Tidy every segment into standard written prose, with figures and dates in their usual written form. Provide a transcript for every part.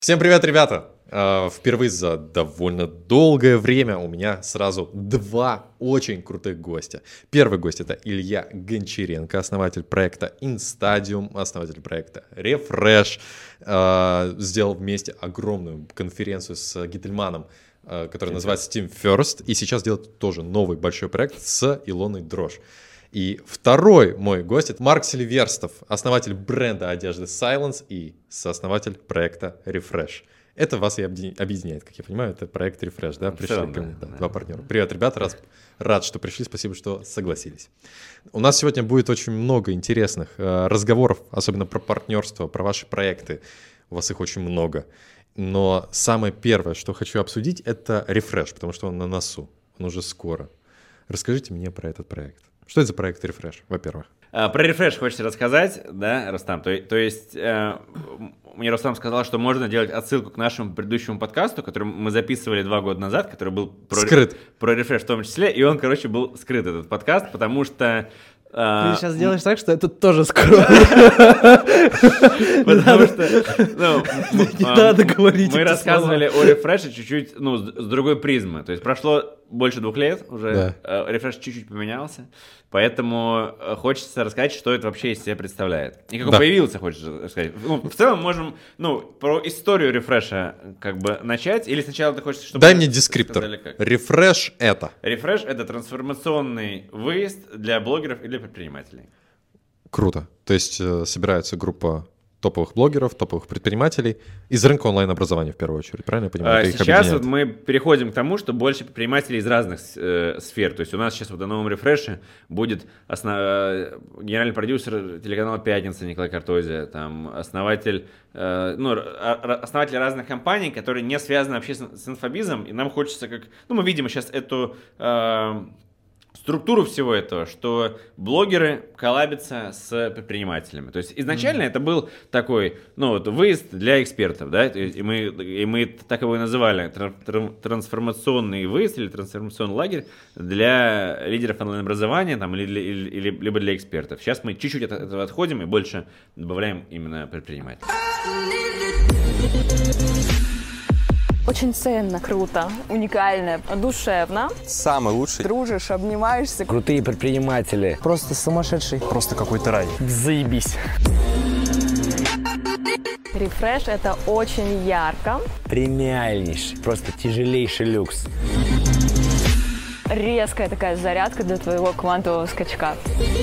Всем привет, ребята! Впервые за довольно долгое время у меня сразу два очень крутых гостя. Первый гость — это Илья Гончаренко, основатель проекта InStadium, основатель проекта Refresh. Сделал вместе огромную конференцию с Гительманом, который называется Team First, и сейчас делает тоже новый большой проект с Илоной Дрожь. И второй мой гость — это Марк Сильверстов, основатель бренда одежды Silence и сооснователь проекта Refresh. Это вас и объединяет, как я понимаю, это проект Refresh, да? Пришли ко мне, да, два партнера. Привет, ребята, рад, что пришли, спасибо, что согласились. У нас сегодня будет очень много интересных разговоров, особенно про партнерство, про ваши проекты. У вас их очень много. Но самое первое, что хочу обсудить, это Refresh, потому что он на носу, он уже скоро. Расскажите мне про этот проект. Что это за проект Refresh, во-первых? Про Refresh хочется рассказать, да, Рустам? То есть мне Рустам сказал, что можно делать отсылку к нашему предыдущему подкасту, который мы записывали 2 года назад, который был скрыт. Про Refresh в том числе, и он, был скрыт, этот подкаст, потому что... Ты сейчас делаешь так, что это тоже скроено. Потому что не надо говорить. Мы рассказывали о Refresh чуть-чуть с другой призмы. То есть прошло больше 2 лет уже, Refresh чуть-чуть поменялся, поэтому хочется рассказать, что это вообще из себя представляет. И как он появился, хочется рассказать. В целом можем про историю Refresh начать, или сначала ты хочешь, чтобы... Дай мне дескриптор. Refresh это? Refresh — это трансформационный выезд для блогеров или предпринимателей. Круто. То есть собирается группа топовых блогеров, топовых предпринимателей из рынка онлайн-образования в первую очередь, правильно я понимаю? Сейчас мы переходим к тому, что больше предпринимателей из разных сфер. То есть у нас сейчас в новом рефреше будет генеральный продюсер телеканала «Пятница» Николай Картозия, там основатель разных компаний, которые не связаны вообще с инфобизом, и нам хочется мы видим сейчас эту... структуру всего этого, что блогеры коллабятся с предпринимателями. То есть изначально это был такой, выезд для экспертов, да, и мы так его и называли, трансформационный выезд или трансформационный лагерь для лидеров онлайн-образования, там, либо для экспертов. Сейчас мы чуть-чуть от этого отходим и больше добавляем именно предпринимателей. Очень ценно, круто, уникально, душевно. Самый лучший. Дружишь, обнимаешься. Крутые предприниматели. Просто сумасшедший. Просто какой-то рай. Заебись. Refresh — это очень ярко. Премиальнейший, просто тяжелейший люкс. Резкая такая зарядка для твоего квантового скачка.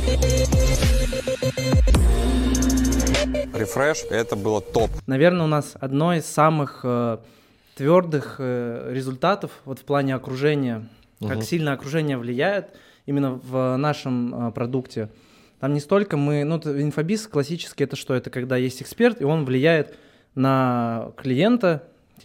Refresh — это было топ. Наверное, у нас одно из самых твердых результатов в плане окружения, как сильно окружение влияет именно в нашем продукте. Там не столько инфобиз классический — это что? Это когда есть эксперт, и он влияет на клиента,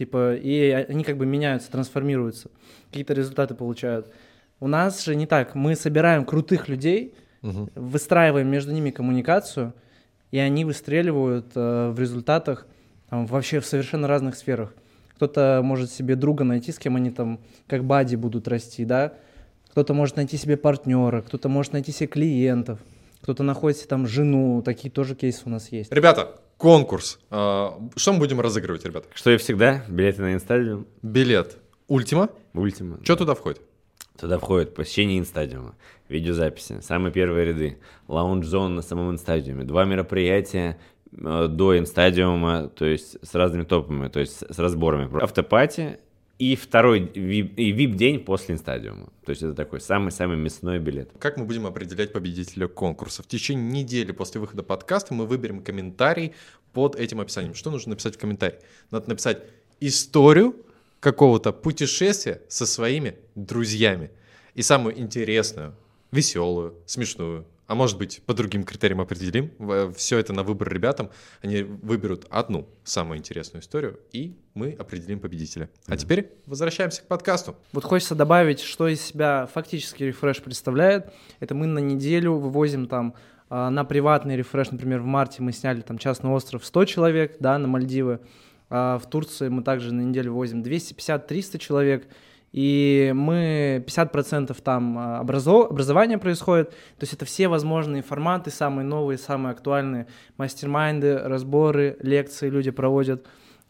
и они меняются, трансформируются, какие-то результаты получают. У нас же не так. Мы собираем крутых людей, выстраиваем между ними коммуникацию, и они выстреливают в результатах вообще в совершенно разных сферах. Кто-то может себе друга найти, с кем они как бадди будут расти, да? Кто-то может найти себе партнера, кто-то может найти себе клиентов, кто-то находит себе жену, такие тоже кейсы у нас есть. Ребята, конкурс. Что мы будем разыгрывать, ребята? Что и всегда, билеты на InStadium. Билет Ультима. Что туда входит? Туда входит посещение InStadium, видеозаписи, самые первые ряды, лаунж-зон на самом InStadium, 2 мероприятия до InStadium, то есть с разными топами, то есть с разборами. Автопати и второй VIP-день после InStadium. То есть это такой самый-самый мясной билет. Как мы будем определять победителя конкурса? В течение недели после выхода подкаста мы выберем комментарий под этим описанием. Что нужно написать в комментарии? Надо написать историю какого-то путешествия со своими друзьями. И самую интересную, веселую, смешную, а может быть, по другим критериям определим. Все это на выбор ребятам. Они выберут одну самую интересную историю, и мы определим победителя. А теперь возвращаемся к подкасту. Хочется добавить, что из себя фактически Refresh представляет. Это мы на неделю вывозим на приватный Refresh, например, в марте мы сняли частный остров 100 человек, да, на Мальдивы. В Турции мы также на неделю вывозим 250-300 человек. И мы 50% там образование происходит, то есть это все возможные форматы, самые новые, самые актуальные, мастер-майнды, разборы, лекции люди проводят,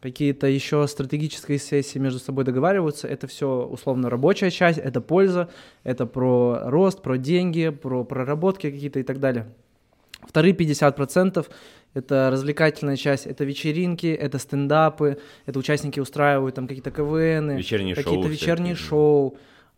какие-то еще стратегические сессии между собой договариваются, это все условно рабочая часть, это польза, это про рост, про деньги, про проработки какие-то и так далее. Вторые 50% это развлекательная часть, это вечеринки, это стендапы, это участники устраивают там какие-то КВНы, какие-то вечерние шоу,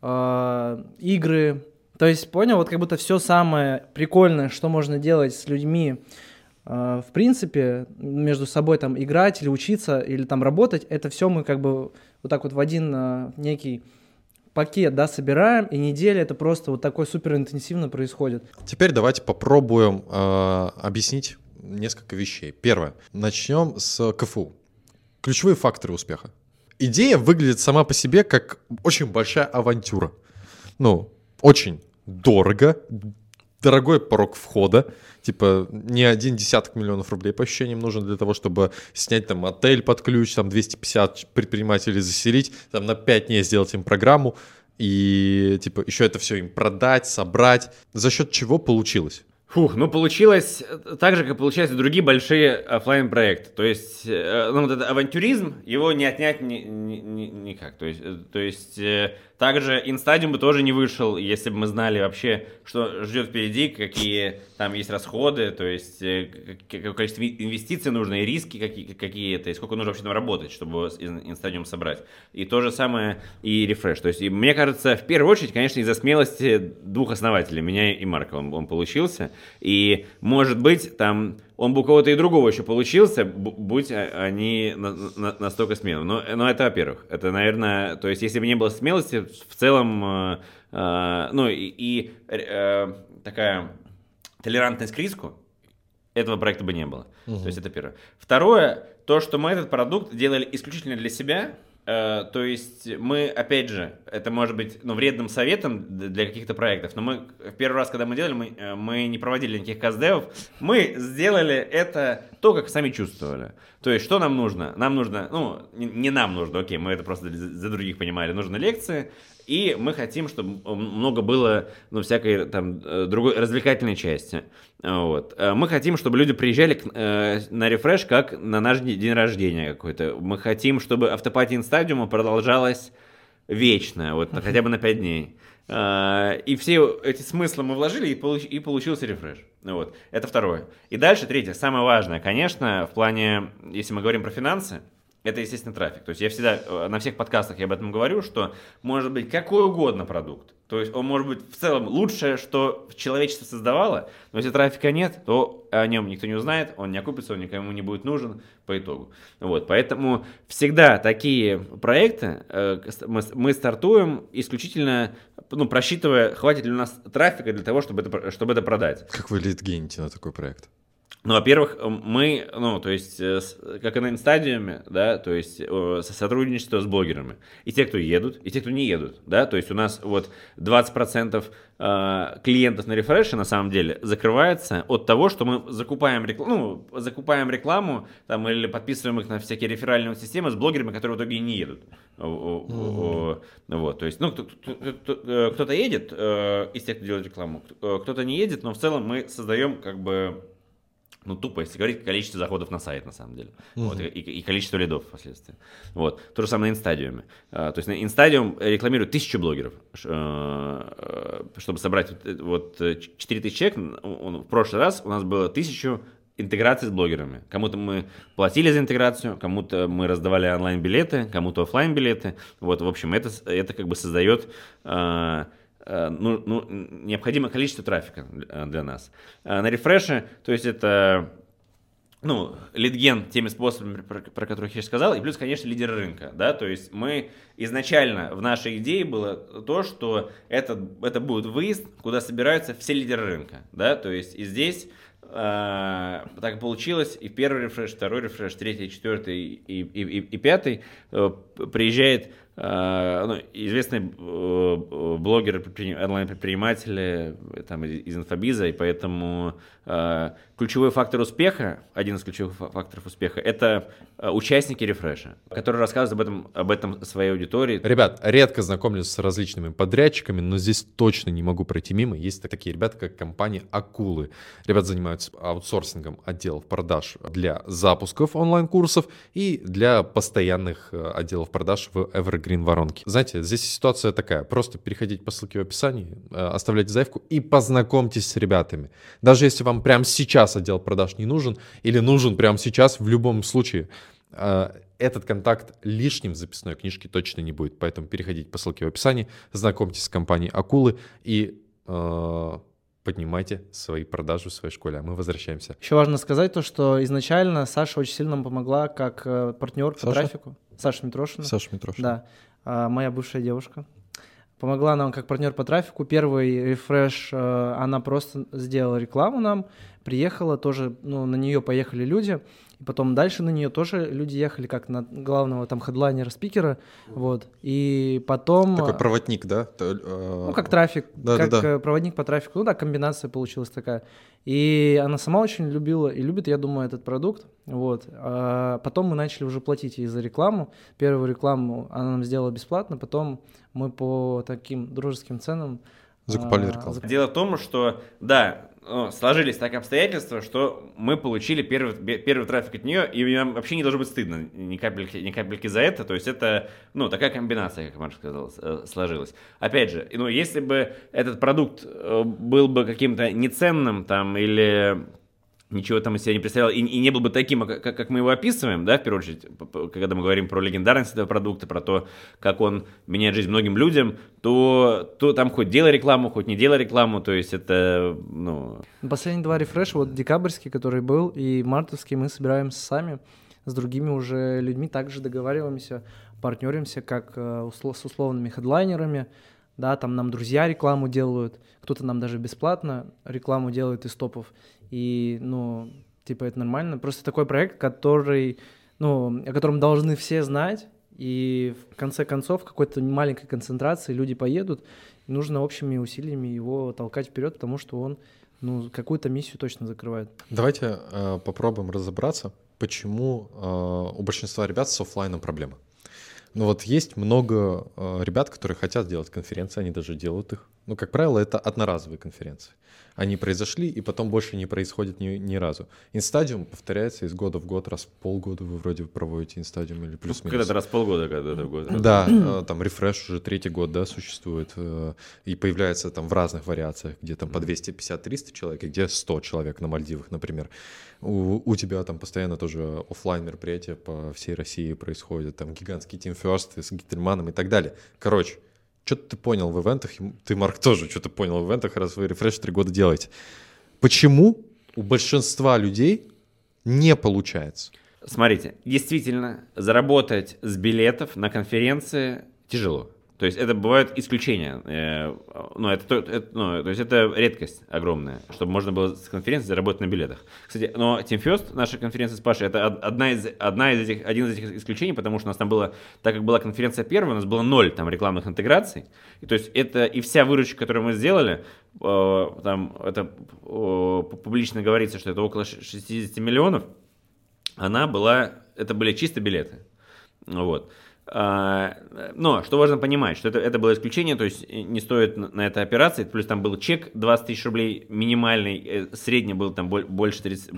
игры. То есть, понял, вот как будто все самое прикольное, что можно делать с людьми, в принципе, между собой там играть или учиться, или там работать, это все мы как бы вот так вот в один некий пакет, да, собираем, и неделя это просто вот такой суперинтенсивно происходит. Теперь давайте попробуем объяснить несколько вещей. Первое. Начнем с КФУ. Ключевые факторы успеха. Идея выглядит сама по себе как очень большая авантюра. Ну, очень дорого, дорогой порог входа, типа не 1 десяток миллионов рублей по ощущениям нужно для того, чтобы снять там отель под ключ, там 250 предпринимателей заселить, там на 5 дней сделать им программу и типа еще это все им продать, собрать. За счет чего получилось? Ну получилось так же, как получаются другие большие офлайн проекты. То есть, ну, вот этот авантюризм, его не отнять никак. То есть также Инстадиум бы тоже не вышел, если бы мы знали вообще, что ждет впереди, какие там есть расходы, то есть какое количество инвестиций нужно, и риски какие-то, и сколько нужно вообще там работать, чтобы Инстадиум собрать. И то же самое и Refresh. То есть, и мне кажется, в первую очередь, конечно, из-за смелости двух основателей, меня и Марка, он получился. И, может быть, там он бы у кого-то и другого еще получился, будь они настолько смелы. Но это, во-первых, это, наверное, то есть, если бы не было смелости, в целом, ну, и такая толерантность к риску, этого проекта бы не было. То есть, это первое. Второе, то, что мы этот продукт делали исключительно для себя. То есть мы, опять же, это может быть вредным советом для каких-то проектов, но мы в первый раз, когда мы делали, мы не проводили никаких каздевов, мы сделали это то, как сами чувствовали. То есть что нам нужно? Нам нужно, ну, не нам нужно, окей, мы это просто за других понимали, нужны лекции, и мы хотим, чтобы много было, ну, всякой там другой развлекательной части. Вот. Мы хотим, чтобы люди приезжали на Refresh как на наш день рождения какой-то. Мы хотим, чтобы автопатия Инстадиума продолжалась вечно, вот хотя бы на 5 дней. И все эти смыслы мы вложили, и получился Refresh. Вот. Это второе. И дальше третье, самое важное, конечно, в плане, если мы говорим про финансы, это, естественно, трафик. То есть я всегда на всех подкастах я об этом говорю, что может быть какой угодно продукт. То есть он может быть в целом лучшее, что человечество создавало, но если трафика нет, то о нем никто не узнает, он не окупится, он никому не будет нужен по итогу. Вот, поэтому всегда такие проекты мы стартуем исключительно, ну, просчитывая, хватит ли у нас трафика для того, чтобы это продать. Как вы лидгените на такой проект? Ну, во-первых, мы, ну, то есть, как и на Инстадиуме, да, то есть, сотрудничество с блогерами. И те, кто едут, и те, кто не едут, да, то есть, у нас вот 20% клиентов на Refresh, на самом деле, закрывается от того, что мы закупаем рекламу, там, или подписываем их на всякие реферальные системы с блогерами, которые в итоге не едут. Вот, то есть, ну, кто-то едет из тех, кто делает рекламу, кто-то не едет, но в целом мы создаем, как бы, ну, тупо, если говорить, количество заходов на сайт, на самом деле. Вот, и количество лидов впоследствии. Вот. То же самое на Инстадиуме. То есть на Инстадиум рекламирует 1000 блогеров, чтобы собрать вот 4000 человек. В прошлый раз у нас было 1000 интеграций с блогерами. Кому-то мы платили за интеграцию, кому-то мы раздавали онлайн-билеты, кому-то офлайн-билеты. Вот, в общем, это как бы создает необходимое количество трафика для нас. На Refresh, то есть это, ну, лидген теми способами, про которых я сейчас сказал, и плюс, конечно, лидеры рынка, да, то есть мы изначально в нашей идее было то, что это будет выезд, куда собираются все лидеры рынка, да, то есть и здесь так получилось, и первый Refresh, второй Refresh, третий, четвертый и пятый приезжает известные блогеры, онлайн-предприниматели там, из инфобиза, и поэтому ключевой фактор успеха, один из ключевых факторов успеха, это участники рефреша, которые рассказывают об этом своей аудитории. Ребят, редко знакомлюсь с различными подрядчиками, но здесь точно не могу пройти мимо. Есть такие ребята, как компания «Акулы». Ребята занимаются аутсорсингом отделов продаж для запусков онлайн-курсов и для постоянных отделов продаж в Evergreen воронке. Знаете, здесь ситуация такая. Просто переходите по ссылке в описании, оставляйте заявку и познакомьтесь с ребятами. Даже если вам прямо сейчас отдел продаж не нужен или нужен прямо сейчас, в любом случае этот контакт лишним в записной книжке точно не будет. Поэтому переходите по ссылке в описании, знакомьтесь с компанией «Акулы» и поднимайте свои продажи в своей школе. А мы возвращаемся. Еще важно сказать то, что изначально Саша очень сильно нам помогла как партнер по трафику. Саша Митрошина. Саша Митрошина. Да, моя бывшая девушка. Помогла нам как партнер по трафику. Первый рефреш, она просто сделала рекламу нам, приехала тоже, на нее поехали люди, и потом дальше на нее тоже люди ехали, как на главного там хедлайнера, спикера, вот, и потом... Такой проводник, да? Как трафик, да. Проводник по трафику, комбинация получилась такая. И она сама очень любила и любит, я думаю, этот продукт, вот. А потом мы начали уже платить ей за рекламу. Первую рекламу она нам сделала бесплатно, потом мы по таким дружеским ценам закупали рекламу. Дело в том, что, сложились так обстоятельства, что мы получили первый трафик от нее, и нам вообще не должно быть стыдно ни капельки за это. То есть это, такая комбинация, как Маша сказала, сложилась. Опять же, если бы этот продукт был бы каким-то неценным там или ничего там из себя не представлял и не был бы таким, как мы его описываем, в первую очередь, когда мы говорим про легендарность этого продукта, про то, как он меняет жизнь многим людям, то там хоть делай рекламу, хоть не делай рекламу, то есть это, Последние два рефреша, декабрьский, который был, и мартовский, мы собираемся сами, с другими уже людьми, также договариваемся, партнеримся, как с условными хедлайнерами, там нам друзья рекламу делают, кто-то нам даже бесплатно рекламу делает из топов. И, это нормально. Просто такой проект, о котором должны все знать, и в конце концов, в какой-то маленькой концентрации люди поедут, и нужно общими усилиями его толкать вперед, потому что он, какую-то миссию точно закрывает. Давайте попробуем разобраться, почему у большинства ребят с офлайном проблема. Есть много ребят, которые хотят делать конференции, они даже делают их. Как правило, это одноразовые конференции. Они произошли, и потом больше не происходит ни разу. Инстадиум повторяется из года в год, раз в полгода вы вроде проводите инстадиум или плюс-минус. Когда-то раз в полгода, когда-то в год. Да, там рефреш уже 3-й год, существует, и появляется там в разных вариациях, где там по 250-300 человек, и где 100 человек на Мальдивах, например. У тебя там постоянно тоже офлайн мероприятия по всей России происходят, там гигантский Team First с Гительманом и так далее. Короче, что-то ты понял в ивентах, ты, Марк, тоже что-то понял в ивентах, раз вы рефреш 3 года делаете. Почему у большинства людей не получается? Смотрите, действительно, заработать с билетов на конференции тяжело. То есть это бывают исключения. То есть это редкость огромная, чтобы можно было с конференции заработать на билетах. Кстати, но Team First, наша конференция с Пашей, это один из этих исключений, потому что у нас там было, так как была конференция первая, у нас было 0 там рекламных интеграций. И то есть это и вся выручка, которую мы сделали, там это публично говорится, что это около 60 миллионов, это были чисто билеты. Вот. Но что важно понимать, что это было исключение, то есть не стоит на это опираться, плюс там был чек 20 тысяч рублей минимальный, средний был там больше 30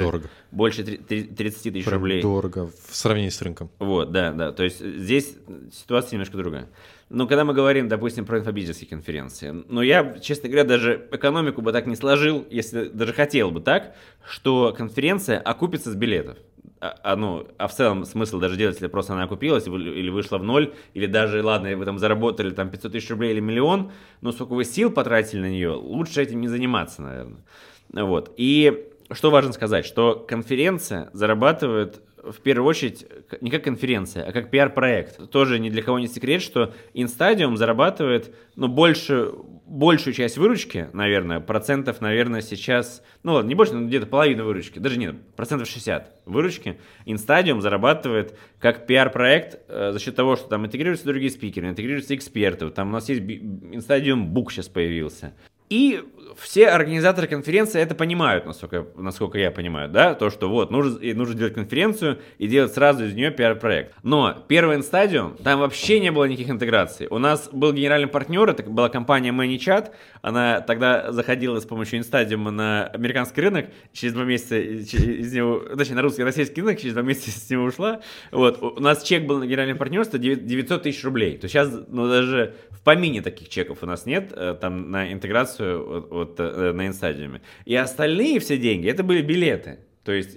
тысяч рублей. Дорого в сравнении с рынком. Вот, да, то есть здесь ситуация немножко другая. Но когда мы говорим, допустим, про инфобизнесские конференции, я, честно говоря, даже экономику бы так не сложил, если даже хотел бы так, что конференция окупится с билетов. А в целом смысл даже делать, если просто она окупилась или вышла в ноль, или даже, ладно, вы там заработали там 500 тысяч рублей или миллион, но сколько вы сил потратили на нее, лучше этим не заниматься, наверное. Вот. И что важно сказать, что конференция зарабатывает в первую очередь не как конференция, а как пиар-проект. Тоже ни для кого не секрет, что InStadium зарабатывает большую часть выручки, наверное, процентов, наверное, сейчас, ну ладно, не больше, но где-то половину выручки, даже нет, 60% выручки InStadium зарабатывает как пиар-проект за счет того, что там интегрируются другие спикеры, интегрируются эксперты. Там у нас есть InStadium Book сейчас появился. И все организаторы конференции это понимают, насколько я понимаю, да, то, что вот, нужно делать конференцию и делать сразу из нее пиар-проект. Но первый InStadium, там вообще не было никаких интеграций. У нас был генеральный партнер, это была компания ManyChat, она тогда заходила с помощью InStadium на американский рынок, через 2 месяца из него, точнее, на российский рынок, через 2 месяца с него ушла. Вот, у нас чек был на генеральное партнерство 900 тысяч рублей. То есть сейчас, даже в помине таких чеков у нас нет, там, на интеграцию на InStadium. И остальные все деньги, это были билеты. То есть,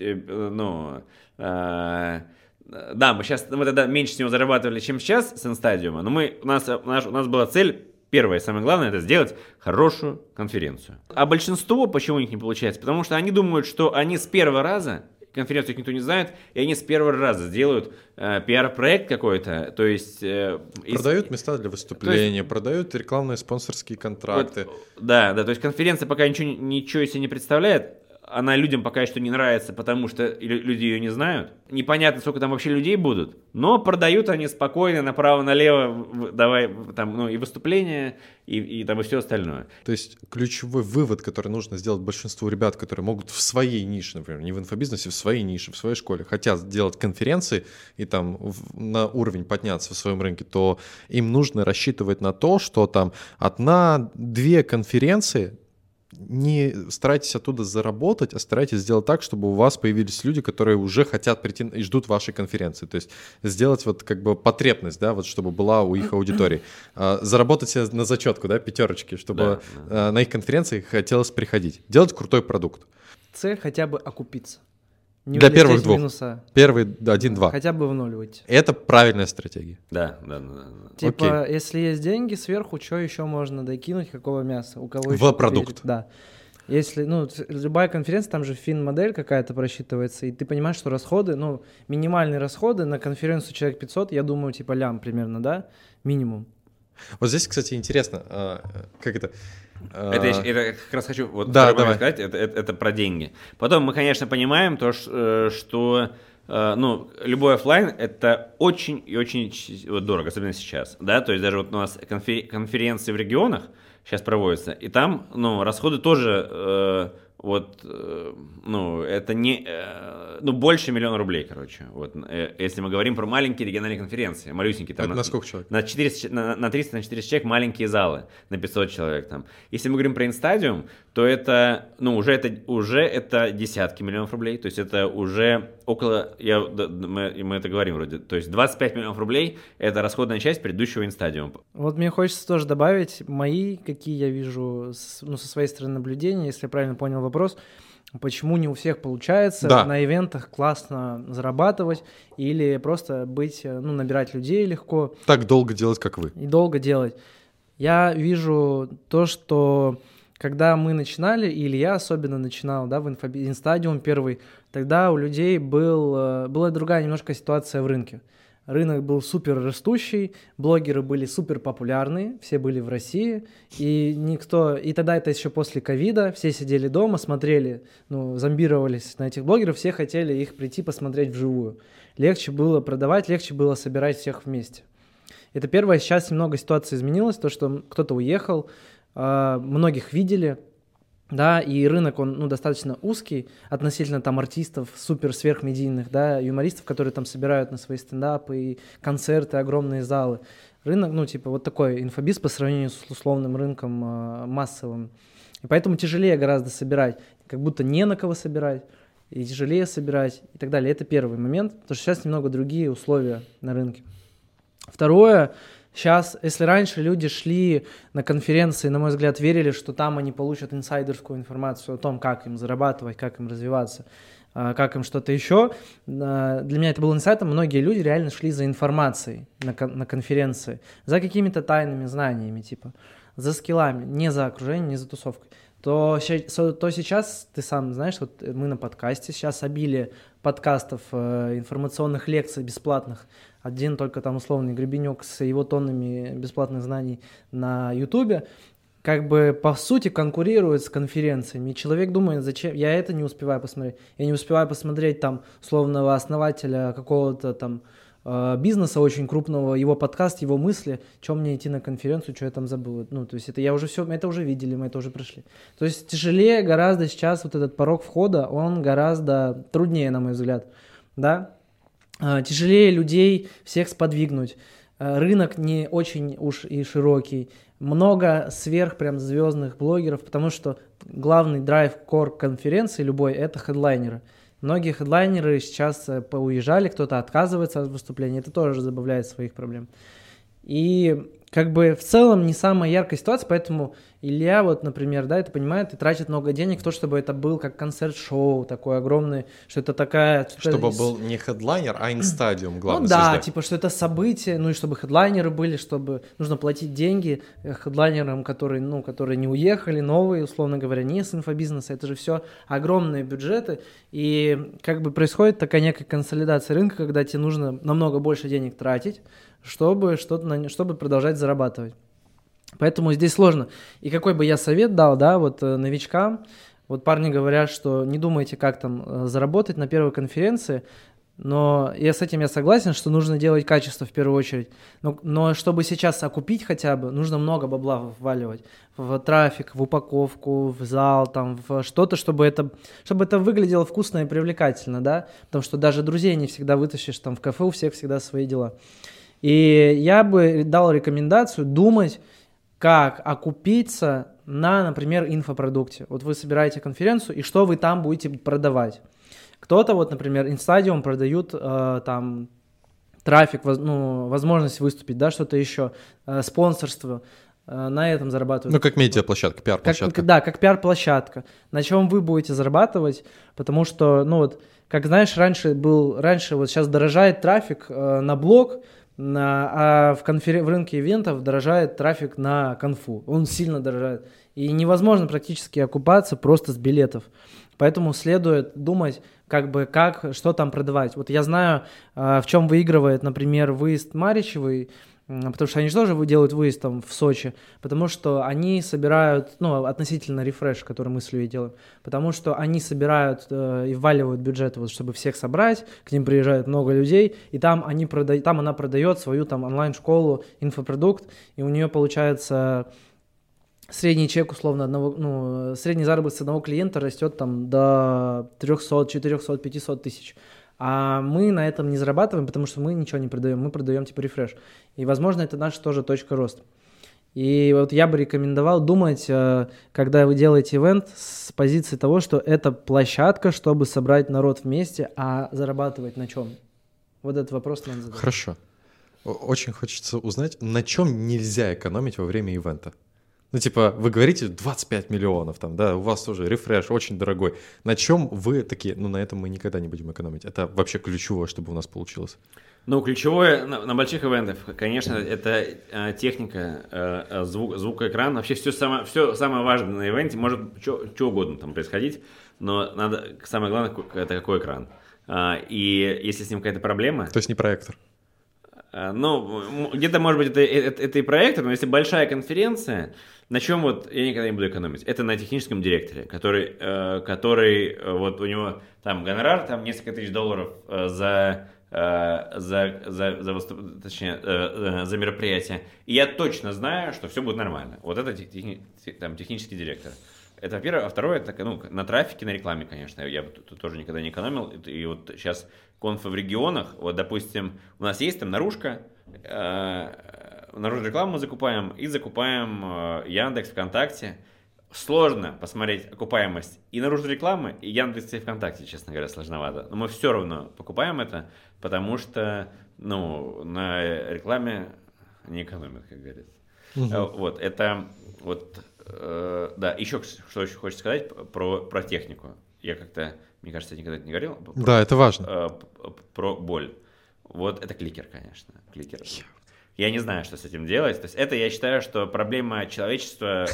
да, мы тогда меньше с него зарабатывали, чем сейчас с InStadium, но у нас была цель, первое, самое главное, это сделать хорошую конференцию. А большинство, почему у них не получается? Потому что они думают, что они с первого раза, конференцию их никто не знает, и они с первого раза сделают пиар-проект какой-то, то есть... Продают места для выступления, продают рекламные спонсорские контракты. Да, то есть конференция пока ничего из себя не представляет, она людям пока что не нравится, потому что люди ее не знают. Непонятно, сколько там вообще людей будут, но продают они спокойно, направо-налево, давай там, и выступления, и там и все остальное. То есть ключевой вывод, который нужно сделать большинству ребят, которые могут в своей нише, например, не в инфобизнесе, в своей нише, в своей школе, хотят делать конференции и там на уровень подняться в своем рынке, то им нужно рассчитывать на то, что там 1-2 конференции, не старайтесь оттуда заработать, а старайтесь сделать так, чтобы у вас появились люди, которые уже хотят прийти и ждут вашей конференции. То есть сделать вот как бы потребность, да, вот чтобы была у их аудитории. Заработать себе на зачетку, да, 5, чтобы на их конференции хотелось приходить. Делать крутой продукт. Цель хотя бы окупиться. Не для первых 2. Минуса. Первый 1-2. Хотя бы в ноль выйти. Это правильная стратегия. Да. Типа, если есть деньги сверху, что еще можно докинуть, какого мяса? У кого еще в продукт. Верит? Да. Если, любая конференция, там же фин-модель какая-то просчитывается, и ты понимаешь, что расходы, минимальные расходы на конференцию человек 500, я думаю, типа лям примерно, да? Минимум. Вот здесь, кстати, интересно, как это... Это я как раз хочу сказать, это про деньги. Потом мы, конечно, понимаем то, что любой офлайн это очень и очень дорого, особенно сейчас, да, то есть даже вот у нас конференции в регионах сейчас проводятся, и там, расходы тоже это не, больше 1 000 000 рублей, короче, если мы говорим про маленькие региональные конференции, малюсенькие, там, на сколько человек? На 300, на 400 человек маленькие залы, на 500 человек там. Если мы говорим про InStadium, то это, уже это десятки миллионов рублей, то есть это уже около, мы это говорим вроде, то есть 25 миллионов рублей это расходная часть предыдущего InStadium. Вот мне хочется тоже добавить какие я вижу, со своей стороны наблюдения, если я правильно понял вопрос, почему не у всех получается на ивентах классно зарабатывать или просто набирать людей легко. Так долго делать, как вы. И долго делать. Я вижу то, что когда мы начинали, или я особенно начинал, да, в InStadium первый, тогда у людей была другая немножко ситуация в рынке. Рынок был супер растущий, блогеры были супер популярны, все были в России, и тогда это еще после ковида, все сидели дома, смотрели, зомбировались на этих блогеров, все хотели их прийти посмотреть вживую. Легче было продавать, легче было собирать всех вместе. Это первое. Сейчас немного ситуация изменилась, то, что кто-то уехал, многих видели, да, и рынок, он достаточно узкий относительно там артистов, супер сверхмедийных, да, юмористов, которые там собирают на свои стендапы и концерты, огромные залы. Рынок, вот такой инфобиз по сравнению с условным рынком массовым. И поэтому тяжелее гораздо собирать, как будто не на кого собирать, и тяжелее собирать, и так далее. Это первый момент, потому что сейчас немного другие условия на рынке. Второе, сейчас, если раньше люди шли на конференции, на мой взгляд, верили, что там они получат инсайдерскую информацию о том, как им зарабатывать, как им развиваться, как им что-то еще. Для меня это был инсайтом. Многие люди реально шли за информацией на конференции, за какими-то тайными знаниями, за скиллами, не за окружением, не за тусовкой. то сейчас, ты сам знаешь, вот мы на подкасте, сейчас обилие подкастов, информационных лекций бесплатных. Один только там условный Гребенюк с его тоннами бесплатных знаний на Ютубе, как бы по сути конкурирует с конференциями. И человек думает, зачем, я это не успеваю посмотреть. Я не успеваю посмотреть там условного основателя какого-то там бизнеса очень крупного, его подкаст, его мысли, чем мне идти на конференцию, что я там забыл. Ну, то есть это я уже все, мы это уже видели, мы это уже прошли. То есть тяжелее гораздо сейчас вот этот порог входа, он гораздо труднее, на мой взгляд, да. Тяжелее людей всех сподвигнуть. Рынок не очень уж и широкий. Много сверх прям звездных блогеров, потому что главный драйв-кор конференции любой – это хедлайнеры. Многие хедлайнеры сейчас поуезжали, кто-то отказывается от выступления, это тоже добавляет своих проблем. И как бы в целом не самая яркая ситуация, поэтому Илья, вот, например, да, это понимает и тратит много денег в то, чтобы это был как концерт-шоу такой огромный, что это такая... Чтобы был не хедлайнер, а инстадиум, главное. Ну да, звезда. типа, что это событие, ну и чтобы хедлайнеры были, чтобы нужно платить деньги хедлайнерам, которые не уехали, новые, условно говоря, не с инфобизнеса, это же все огромные бюджеты, и как бы происходит такая некая консолидация рынка, когда тебе нужно намного больше денег тратить, чтобы продолжать зарабатывать. Поэтому здесь сложно. И какой бы я совет дал, да, вот новичкам, вот парни говорят, что не думайте, как там заработать на первой конференции, но с этим я согласен, что нужно делать качество в первую очередь. Но чтобы сейчас окупить хотя бы, нужно много бабла вваливать в трафик, в упаковку, в зал, там, в что-то, чтобы это выглядело вкусно и привлекательно, да, потому что даже друзей не всегда вытащишь, там в кафе у всех всегда свои дела. И я бы дал рекомендацию думать, как окупиться на, например, инфопродукте. Вот вы собираете конференцию, и что вы там будете продавать. Кто-то, вот, например, Instadium продают там трафик, возможность выступить, да, что-то еще, спонсорство, на этом зарабатывают. Ну, как медиаплощадка, пиар-площадка. Как пиар-площадка. На чем вы будете зарабатывать, потому что, как знаешь, раньше вот сейчас дорожает трафик на блог, а в рынке ивентов дорожает трафик на конфу. Он сильно дорожает. И невозможно практически окупаться просто с билетов. Поэтому следует думать, что там продавать. Вот я знаю, в чем выигрывает, например, выезд Маричевой, потому что они же тоже делают выезд там в Сочи, потому что они собирают, относительно рефреш, который мы с Ильей делаем, потому что они собирают и вваливают бюджет, вот, чтобы всех собрать, к ним приезжает много людей, и там она продает свою там онлайн-школу, инфопродукт, и у нее получается средний чек, условно, средний заработок с одного клиента растет там до 300, 400, 500 тысяч. А мы на этом не зарабатываем, потому что мы ничего не продаем, мы продаем типа рефреш. И, возможно, это наша тоже точка роста. И вот я бы рекомендовал думать, когда вы делаете ивент, с позиции того, что это площадка, чтобы собрать народ вместе, а зарабатывать на чем? Вот этот вопрос надо задать. Хорошо. Очень хочется узнать, на чем нельзя экономить во время ивента. Вы говорите 25 миллионов, там, да, у вас тоже рефреш очень дорогой. На чем вы такие, на этом мы никогда не будем экономить? Это вообще ключевое, чтобы у нас получилось. Ключевое на больших ивентах, конечно, это техника, звукоэкран. Вообще все самое важное на ивенте, может что угодно там происходить, но самое главное, это какой экран. И если с ним какая-то проблема... То есть не проектор? Где-то, может быть, это и проектор, но если большая конференция, на чем я никогда не буду экономить? Это на техническом директоре, который вот у него там гонорар, там несколько тысяч долларов за мероприятие. И я точно знаю, что все будет нормально. Вот это технический директор. Это первое. А второе, это на трафике, на рекламе, конечно. Я тут тоже никогда не экономил. И вот сейчас конфы в регионах, вот, допустим, у нас есть там наружка, наружную рекламу мы закупаем и закупаем Яндекс, ВКонтакте. Сложно посмотреть окупаемость и наружной рекламы, и Яндекс, и ВКонтакте, честно говоря, сложновато. Но мы все равно покупаем это, потому что, на рекламе не экономят, как говорится. Угу. Вот, это, да, еще что очень хочется сказать про технику. Я как-то, мне кажется, я никогда не говорил. Да, это важно. Про боль. Вот это кликер, конечно. Кликер. Я не знаю, что с этим делать. То есть это, я считаю, что проблема человечества,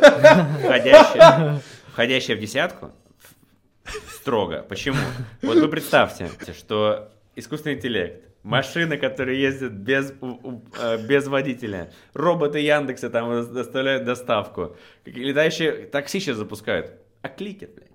входящая в десятку, строго. Почему? Вот вы представьте, что искусственный интеллект, машины, которые ездят без водителя, роботы Яндекса там доставляют доставку, летающие такси сейчас запускают, а кликер, блядь.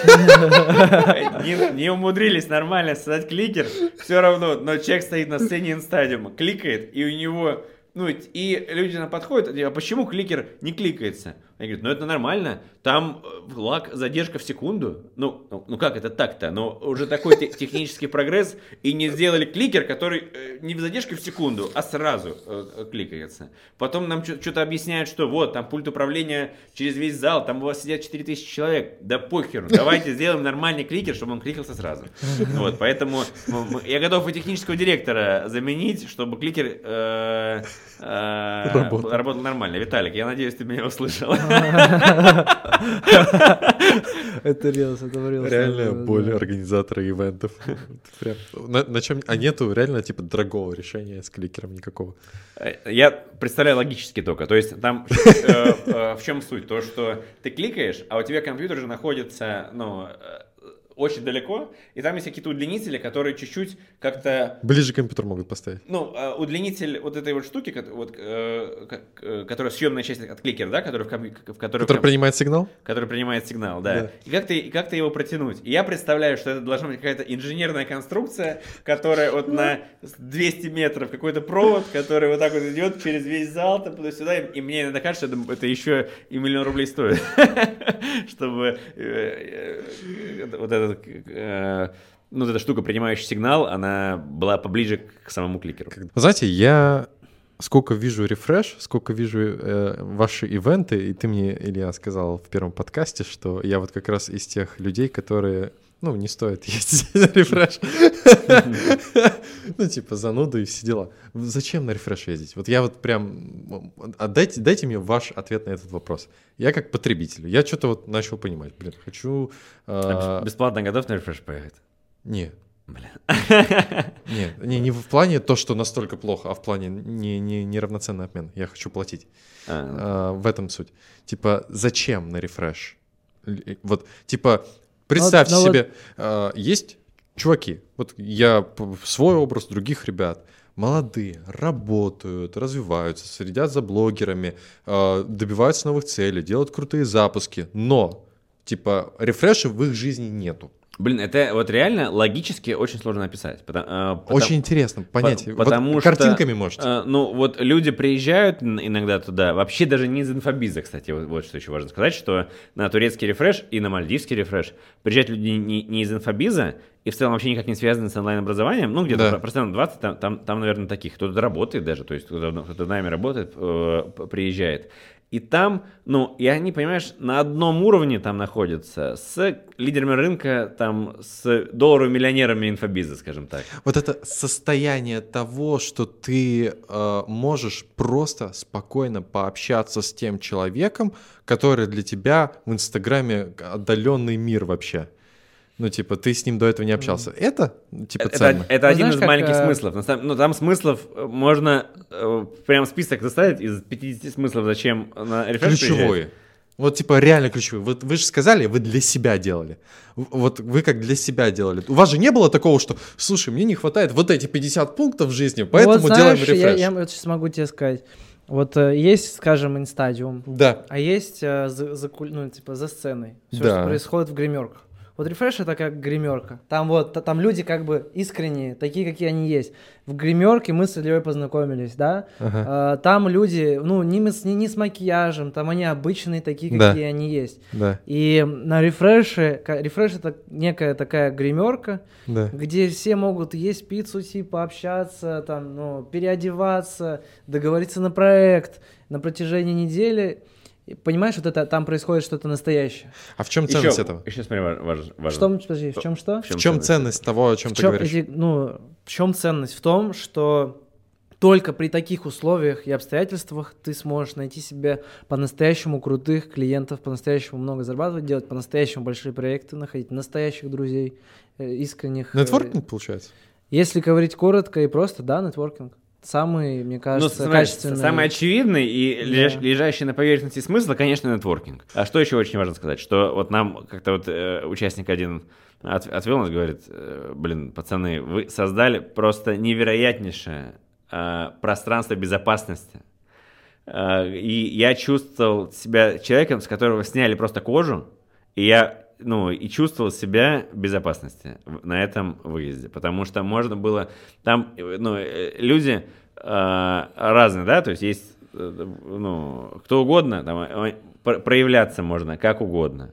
Не умудрились нормально создать кликер, все равно, но человек стоит на сцене инстадиума, кликает, и у него, и люди нам подходят, а почему кликер не кликается? Они говорят, это нормально, там задержка в секунду, как это так-то, но уже такой технический прогресс, и не сделали кликер, который не в задержке в секунду, а сразу кликается. Потом нам что-то объясняют, что вот, там пульт управления через весь зал, там у вас сидят 4000 человек, да похеру, давайте сделаем нормальный кликер, чтобы он кликался сразу. Вот, поэтому я готов и технического директора заменить, чтобы кликер работал нормально. Виталик, я надеюсь, ты меня услышал. Это рилс, это рилс. Реальная боль организатора ивентов. Прям. На чем? А нету реально типа дорогого решения с кликером никакого. Я представляю логически только. То есть там в чем суть? То, что ты кликаешь, а у тебя компьютер же находится, очень далеко, и там есть какие-то удлинители, которые чуть-чуть как-то... Ближе к компьютеру могут поставить. Удлинитель вот этой вот штуки, которая съемная часть от кликера, да, который принимает сигнал? Который принимает сигнал, да. И как ты его протянуть? И я представляю, что это должна быть какая-то инженерная конструкция, которая вот на 200 метров, какой-то провод, который вот так вот идет через весь зал, туда-сюда, и мне иногда кажется, что это еще и $1 000 000 стоит, чтобы вот эта штука, принимающая сигнал, она была поближе к самому кликеру. Знаете, я сколько вижу рефреш, сколько вижу ваши ивенты, и ты мне, Илья, сказал в первом подкасте, что я вот как раз из тех людей, которые, не стоит ездить на рефреш. Зануду и все дела. Зачем на рефреш ездить? Вот я вот прям... Дайте мне ваш ответ на этот вопрос. Я как потребитель, я что-то вот начал понимать. Хочу... Бесплатно готов на рефреш поехать? Нет. Нет, не в плане то, что настолько плохо, а в плане неравноценный обмен. Я хочу платить. В этом суть. Зачем на рефреш? Вот, представьте себе, есть чуваки, вот я свой образ других ребят, молодые, работают, развиваются, следят за блогерами, добиваются новых целей, делают крутые запуски, но, рефреша в их жизни нету. Это вот реально логически очень сложно описать. Очень интересно понять. Потому что картинками можете. Люди приезжают иногда туда, вообще даже не из инфобиза, кстати, вот что еще важно сказать, что на турецкий рефреш и на мальдивский рефреш приезжают люди не из инфобиза и в целом вообще никак не связаны с онлайн-образованием. Где-то процентов 20 там, наверное, таких. Кто-то работает даже, то есть кто-то нами работает, приезжает. И там, и они, понимаешь, на одном уровне там находятся с лидерами рынка, там, с долларовыми-миллионерами инфобиза, скажем так. Вот это состояние того, что ты можешь просто спокойно пообщаться с тем человеком, который для тебя в Инстаграме отдаленный мир вообще. Ты с ним до этого не общался. Это, ценно. Это один из маленьких смыслов. Там смыслов можно прям список составить из 50 смыслов, зачем на рефреш ключевые. Вот, реально ключевые. Вот вы же сказали, вы для себя делали. Вот вы как для себя делали. У вас же не было такого, что, слушай, мне не хватает вот эти 50 пунктов в жизни, поэтому делаем рефреш. Я сейчас могу тебе сказать. Вот есть, скажем, инстадиум, да. А есть за сценой. Все, что происходит в гримерках. Вот рефреш — это как гримерка. Там люди как бы искренние, такие, какие они есть. В гримерке мы с Ильей познакомились, да? Ага. Там люди, не с макияжем, там они обычные, такие, какие они есть. Да. И на рефреш — это некая такая гримерка, где все могут есть пиццу, пообщаться, переодеваться, договориться на проект на протяжении недели. Понимаешь, там происходит что-то настоящее. А в чем ценность этого? Еще смотри, важно. В чем что? В чем ценность того, о чем ты говоришь? В чем ценность? В том, что только при таких условиях и обстоятельствах ты сможешь найти себе по-настоящему крутых клиентов, по-настоящему много зарабатывать, делать по-настоящему большие проекты, находить настоящих друзей, искренних. Нетворкинг получается? Если говорить коротко и просто, да, нетворкинг. самый, мне Ну, кажется, знаешь, качественный. самый очевидный и Да. лежащий на поверхности смысл, конечно, нетворкинг. А что еще очень важно сказать, что вот нам как-то вот участник один отвел нас, говорит, блин, пацаны, вы создали просто невероятнейшее пространство безопасности. И я чувствовал себя человеком, с которого сняли просто кожу, и я, и чувствовал себя в безопасности на этом выезде, потому что можно было, там, люди разные, да, то есть кто угодно, там, проявляться можно как угодно.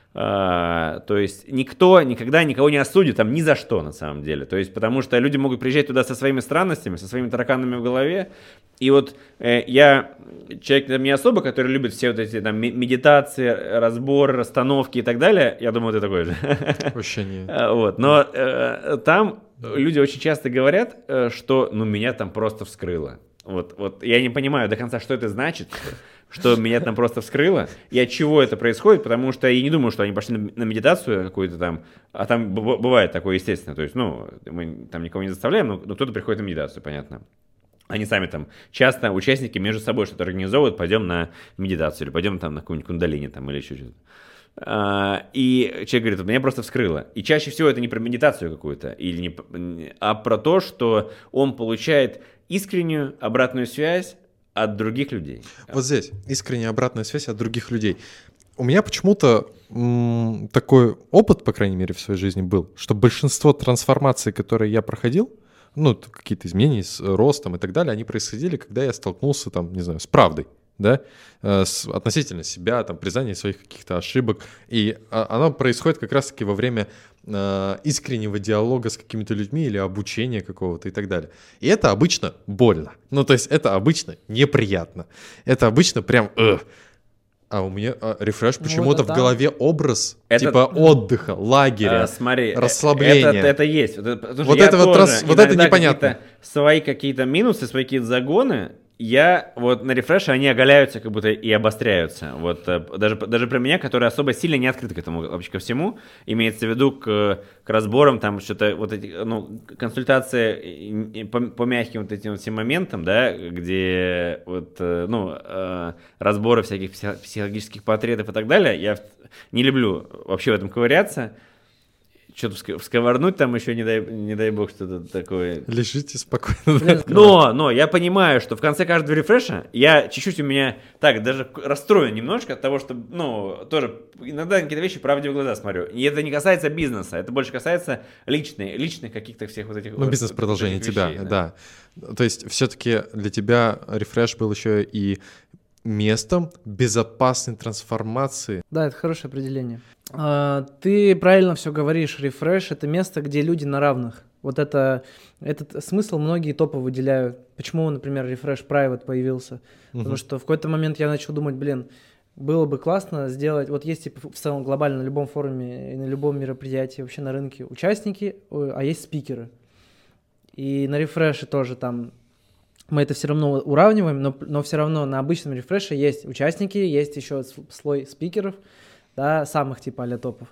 То есть никто никогда никого не осудит там ни за что на самом деле. То есть потому что люди могут приезжать туда со своими странностями, со своими тараканами в голове. И вот я человек там, не особо, который любит все вот эти там медитации, разборы, расстановки и так далее. Я думаю, ты такой же. Вообще не. Вот. Но там люди очень часто говорят, что меня там просто вскрыло. Вот я не понимаю до конца, что это значит, что меня там просто вскрыло, и от чего это происходит, потому что я не думаю, что они пошли на медитацию какую-то там, а там бывает такое, естественно, то есть, мы там никого не заставляем, но кто-то приходит на медитацию, понятно. Они сами там, часто участники между собой что-то организовывают, пойдем на медитацию, или пойдем там на какую-нибудь кундалини там, или еще что-то. И человек говорит, меня просто вскрыло. И чаще всего это не про медитацию какую-то, а про то, что он получает искреннюю обратную связь от других людей. Вот здесь искренняя обратная связь от других людей. У меня почему-то такой опыт, по крайней мере, в своей жизни был, что большинство трансформаций, которые я проходил, какие-то изменения с ростом и так далее, они происходили, когда я столкнулся, там, не знаю, с правдой, да, относительно себя, там, признание своих каких-то ошибок. И оно происходит как раз-таки во время искреннего диалога с какими-то людьми или обучения какого-то и так далее. И это обычно больно. То есть это обычно неприятно. Это обычно прям... А у меня рефреш почему-то в голове образ типа отдыха, лагеря, смотри, расслабления. Это есть. Вот это непонятно. Свои какие-то минусы, свои какие-то загоны, я вот на рефреше они оголяются как будто и обостряются. Вот даже про меня, который особо сильно не открыт к этому вообще ко всему, имеется в виду к разборам, там что-то, вот эти, консультации по мягким вот этим всем моментам, да, где вот, разборы всяких психологических портретов и так далее, я не люблю вообще в этом ковыряться. Что-то всковырнуть там еще, не дай бог, что-то такое. Лежите спокойно. Но я понимаю, что в конце каждого рефреша я чуть-чуть у меня так даже расстроен немножко от того, что, тоже иногда какие-то вещи правде в глаза смотрю. И это не касается бизнеса, это больше касается личных каких-то всех вот этих... бизнес-продолжение тебя, вещей, да. То есть все-таки для тебя рефреш был еще и местом безопасной трансформации. Да, это хорошее определение. Ты правильно все говоришь, рефреш — это место, где люди на равных. Вот этот смысл многие топы выделяют. Почему, например, рефреш Private появился? Потому что в какой-то момент я начал думать, было бы классно сделать, вот есть в целом глобально на любом форуме и на любом мероприятии, вообще на рынке участники, а есть спикеры. И на рефреше тоже там мы это все равно уравниваем, но все равно на обычном рефреше есть участники, есть еще слой спикеров, да, самых типа а-ля топов.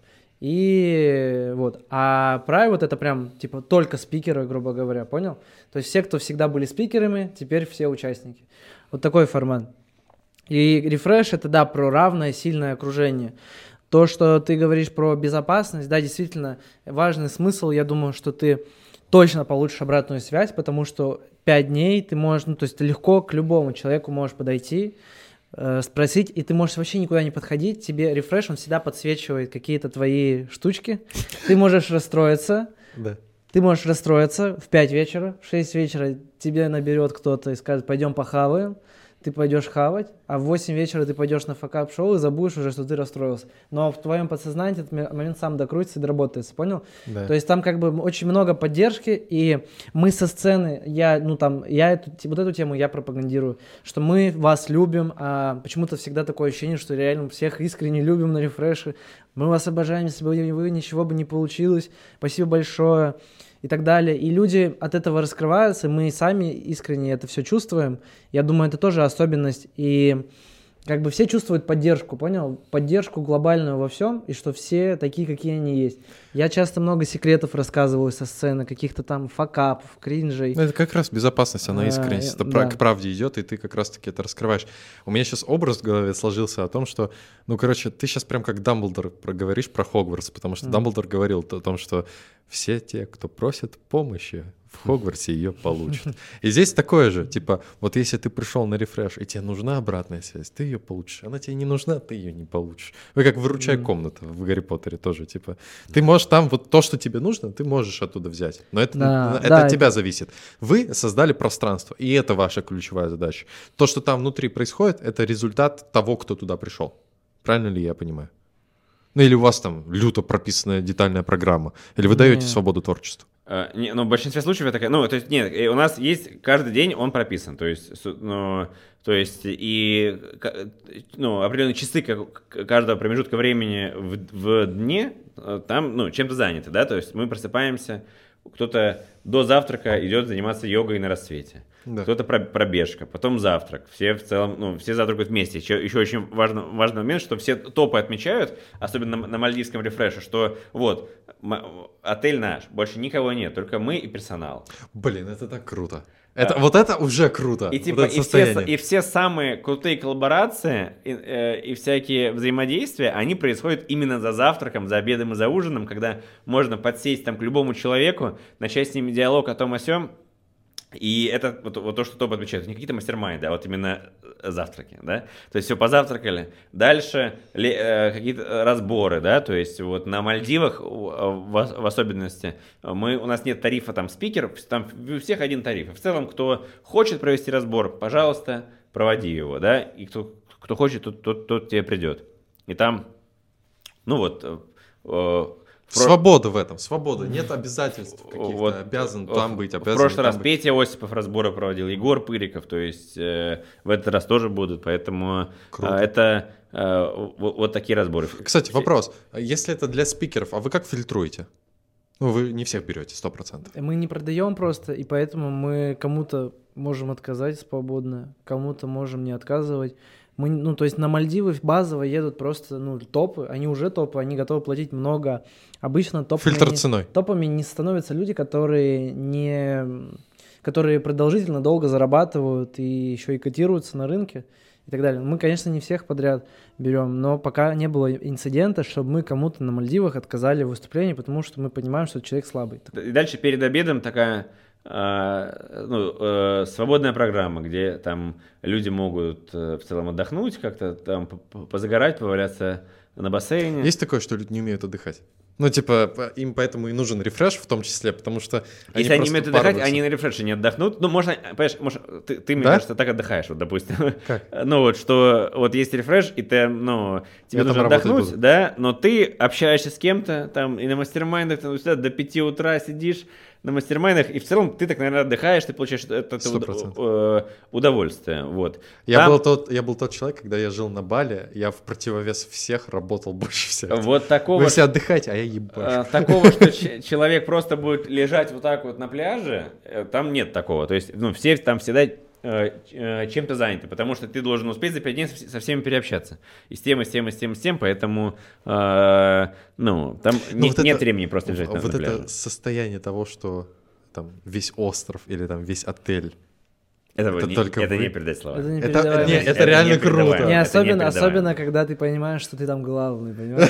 И вот. А Private это прям типа только спикеры, грубо говоря, понял? То есть все, кто всегда были спикерами, теперь все участники. Вот такой формат. И рефреш это, да, про равное, сильное окружение. То, что ты говоришь про безопасность, да, действительно важный смысл. Я думаю, что ты точно получишь обратную связь, потому что 5 дней ты можешь, то есть ты легко к любому человеку можешь подойти, спросить, и ты можешь вообще никуда не подходить, тебе рефреш, он всегда подсвечивает какие-то твои штучки, ты можешь расстроиться, ты можешь расстроиться в 5 вечера, в 6 вечера тебе наберет кто-то и скажет, пойдем похаваем, ты пойдешь хавать, а в 8 вечера ты пойдешь на факап-шоу и забудешь уже, что ты расстроился. Но в твоем подсознании этот момент сам докрутится и доработается, понял? Да. То есть там как бы очень много поддержки, и мы со сцены, вот эту тему я пропагандирую, что мы вас любим, а почему-то всегда такое ощущение, что реально всех искренне любим на рефреше, мы вас обожаем, если бы вы ничего бы не получилось, спасибо большое. И так далее. И люди от этого раскрываются, мы сами искренне это все чувствуем. Я думаю, это тоже особенность и как бы все чувствуют поддержку, понял? Поддержку глобальную во всем, и что все такие, какие они есть. Я часто много секретов рассказываю со сцены, каких-то там факапов, кринжей. Ну, это как раз безопасность, она искренность. Это да. к правде идет, и ты как раз-таки это раскрываешь. У меня сейчас образ в голове сложился о том, что, ну, короче, ты сейчас прям как Дамблдор проговоришь про Хогвартс, потому что Дамблдор говорил о том, что все те, кто просит помощи, в Хогвартсе ее получат. И здесь такое же, типа, вот если ты пришел на рефреш, и тебе нужна обратная связь, ты ее получишь. Она тебе не нужна, ты ее не получишь. Вы как выручай комната в Гарри Поттере тоже, типа. Ты можешь там вот то, что тебе нужно, ты можешь оттуда взять. Но это от тебя зависит. Вы создали пространство, и это ваша ключевая задача. То, что там внутри происходит, это результат того, кто туда пришел. Правильно ли я понимаю? Ну или у вас там люто прописанная детальная программа, или вы даете свободу творчеству? Ну, в большинстве случаев это... Ну, то есть, нет, у нас есть каждый день он прописан. То есть и определенные часы каждого промежутка времени в дне там, ну, чем-то заняты, да? То есть мы просыпаемся, кто-то до завтрака идет заниматься йогой на рассвете. Да. Кто-то пробежка, потом завтрак. Все в целом, ну, все завтракают вместе. Еще очень важный момент, что все топы отмечают, особенно на мальдивском рефреше, что вот, отель наш, больше никого нет, только мы и персонал. Блин, это так круто. Вот это уже круто. И, типа, вот и все самые крутые коллаборации и всякие взаимодействия, они происходят именно за завтраком, за обедом и за ужином, когда можно подсесть там к любому человеку, начать с ним диалог о том о сём. И это вот то, что топ отмечает, не какие-то мастер-майнды, а вот именно завтраки, да, то есть все позавтракали, дальше какие-то разборы, да, то есть вот на Мальдивах в особенности у нас нет тарифа там спикер, там у всех один тариф, и в целом кто хочет провести разбор, пожалуйста, проводи его, да, и кто хочет, тот тебе придет, и там, ну вот... Свобода в этом, свобода, нет обязательств каких-то, вот, обязан там быть, обязан. В прошлый раз быть. Петя Осипов разборы проводил, Егор Пыриков, то есть в этот раз тоже будут, поэтому это вот такие разборы. Кстати, вопрос, если это для спикеров, а вы как фильтруете? Ну, вы не всех берете, 100%. Мы не продаем просто, и поэтому мы кому-то можем отказать свободно, кому-то можем не отказывать. То есть на Мальдивы базово едут просто, топы, они уже топы, они готовы платить много. Обычно топами не становятся люди, которые продолжительно долго зарабатывают и еще и котируются на рынке и так далее. Мы, конечно, не всех подряд берем, но пока не было инцидента, чтобы мы кому-то на Мальдивах отказали в выступлении, потому что мы понимаем, что человек слабый. И дальше перед обедом такая... свободная программа, где там люди могут в целом отдохнуть, как-то там позагорать, поваляться на бассейне. Есть такое, что люди не умеют отдыхать? Ну, типа, им поэтому и нужен рефреш в том числе, потому что если они умеют отдыхать, они на рефреше не отдохнут. Ну, можно, понимаешь, ты мне кажется, так отдыхаешь, вот, допустим. Как? Ну, вот, что вот есть рефреш, и ты, тебе нужно отдохнуть, да, но ты общаешься с кем-то, там, и на мастер-майндах ты до 5 утра сидишь, на мастер-майндах, и в целом ты так, наверное, отдыхаешь, ты получаешь это удовольствие. Вот. Я был тот человек, когда я жил на Бали, я в противовес всех работал больше всех. Вот такого... Вы все отдыхаете, а я ебашу. Такого, что человек просто будет лежать вот так вот на пляже, там нет такого. То есть, все там всегда чем-то заняты, потому что ты должен успеть за 5 дней со всеми переобщаться. И с тем, поэтому там нет времени просто лежать на пляже. Вот это состояние того, что там весь остров или там весь отель. Это не передать слова. Это реально круто. Не, особенно, когда ты понимаешь, что ты там главный, понимаешь?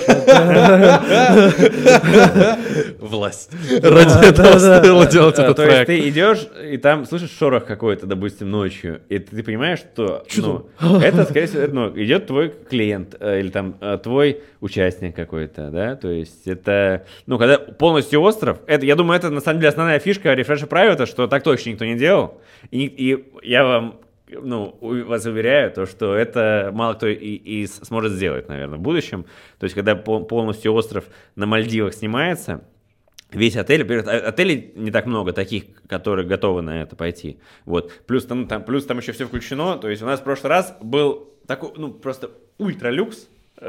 Власть. Ради этого стоило делать этот проект. То есть ты идешь, и там слышишь шорох какой-то, допустим, ночью, и ты понимаешь, что это, скорее всего, идет твой клиент или там твой участник какой-то, да? То есть это, когда полностью остров, это, я думаю, это на самом деле основная фишка рефреша Private, что так точно никто не делал, и я вам, вас уверяю, то, что это мало кто и сможет сделать, наверное, в будущем. То есть, когда полностью остров на Мальдивах снимается, весь отель, отелей не так много таких, которые готовы на это пойти. Вот. Плюс там еще все включено. То есть, у нас в прошлый раз был такой, просто ультралюкс.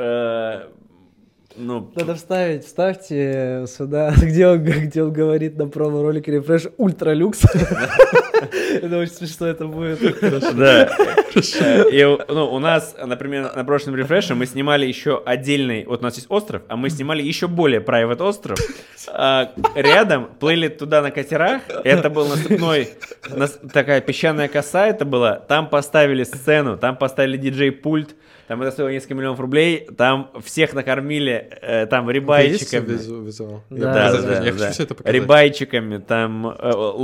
Надо вставьте сюда, где он говорит на промо-ролике рефреш ультралюкс. Это очень смешно это будет. Да. И, ну, у нас, например, на прошлом рефреше мы снимали еще отдельный, вот у нас есть остров, а мы снимали еще более private остров. Рядом плыли туда на катерах, это был насыпной, такая песчаная коса это была, там поставили сцену, там поставили диджей-пульт, там это стоило несколько миллионов рублей, там всех накормили, там рибайчиками. Визуал? Да, Я хочу все это показать. Рибайчиками, там,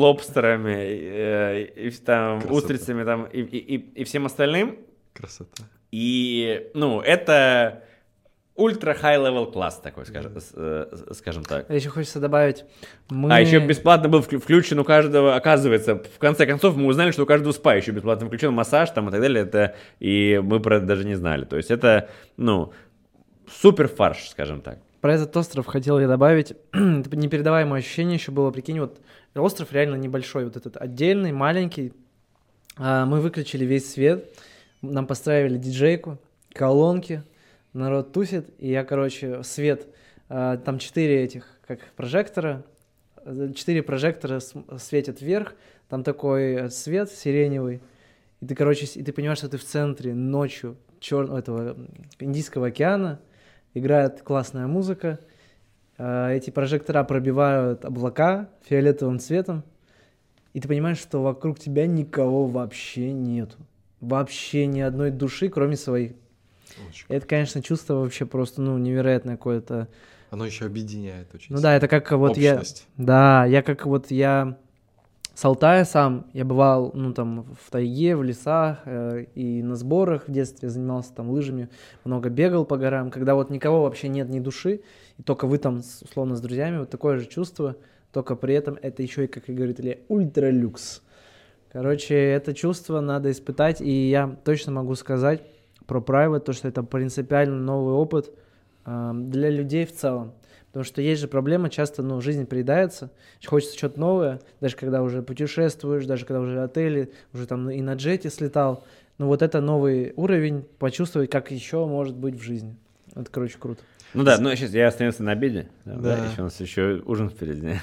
лобстерами, и там, Красота. устрицами, там, и всем остальным. Красота. И, ну, это ультра high-level класс такой, скажем так. Еще хочется добавить, мы... А еще бесплатно был включен у каждого, оказывается, в конце концов мы узнали, что у каждого спа еще бесплатно включен массаж там и так далее, это, и мы про это даже не знали. То есть это, ну, супер фарш, скажем так. Про этот остров хотел я добавить. Это непередаваемое ощущение еще было. Прикинь, вот остров реально небольшой, вот этот отдельный, маленький. Мы выключили весь свет, нам поставили диджейку, колонки, народ тусит, и я, короче, свет, там 4 этих, как прожектора, 4 прожектора светят вверх, там такой свет сиреневый, и ты, короче, и ты понимаешь, что ты в центре ночью этого Индийского океана, играет классная музыка, эти прожектора пробивают облака фиолетовым цветом, и ты понимаешь, что вокруг тебя никого вообще нету. Вообще ни одной души, кроме своих. Очень. Это, конечно, чувство вообще просто, ну, невероятное какое-то. Оно еще объединяет очень Ну да, это как вот я... общность. Да, я как вот я с Алтая сам, я бывал, ну, там, в тайге, в лесах, и на сборах в детстве занимался там лыжами, много бегал по горам, когда вот никого вообще нет, ни души, и только вы там, условно, с друзьями, вот такое же чувство, только при этом это еще и, как и говорит Илья, ультралюкс. Короче, это чувство надо испытать, и я точно могу сказать про Private, то, что это принципиально новый опыт для людей в целом. Потому что есть же проблема, часто, ну, жизнь приедается, хочется что-то новое, даже когда уже путешествуешь, даже когда уже отели, уже там и на джете слетал. Но вот это новый уровень, почувствовать, как еще может быть в жизни. Это, короче, круто. Ну да, ну сейчас я остановился на обеде, да. Да. Еще у нас еще ужин впереди.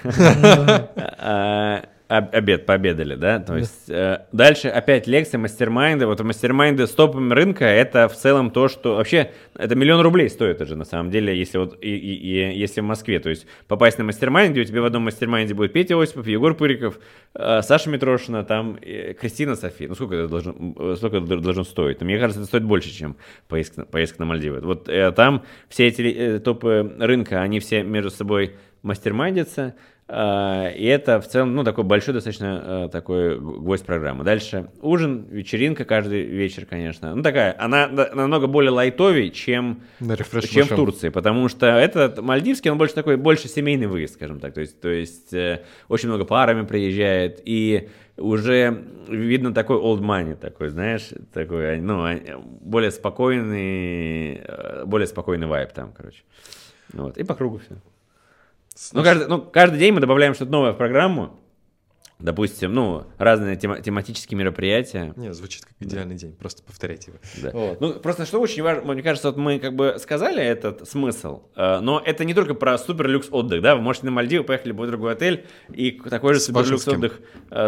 Обед, пообедали, да, то есть дальше опять лекции, мастер-майнды, вот мастер-майнды с топами рынка, это в целом то, что вообще, это 1 000 000 рублей стоит уже на самом деле, если вот, если в Москве, то есть попасть на мастер-майнд, где у тебя в одном мастер-майнде будет Петя Осипов, Егор Пыриков, Саша Митрошина, там Кристина Софи, ну сколько это должно стоить? Мне кажется, это стоит больше, чем поездка на Мальдивы. Вот там все эти топы рынка, они все между собой мастер-майндятся, и это в целом, ну, такой большой достаточно такой гвоздь программы. Дальше ужин, вечеринка каждый вечер, конечно. Ну, такая, она намного более лайтовей, чем в Турции, потому что этот мальдивский, он больше такой, больше семейный выезд, скажем так. То есть очень много парами приезжает, и уже видно такой old money, такой, знаешь, такой, ну, более спокойный вайб там, короче. Вот, и по кругу все. Ну, каждый день мы добавляем что-то новое в программу. Допустим, ну, разные тематические мероприятия. Не, звучит как идеальный день, просто повторяйте его. Да. Вот. Ну, просто что очень важно, мне кажется, вот мы как бы сказали этот смысл, но это не только про суперлюкс отдых, да, вы можете на Мальдивы поехали в любой другой отель и такой же суперлюкс отдых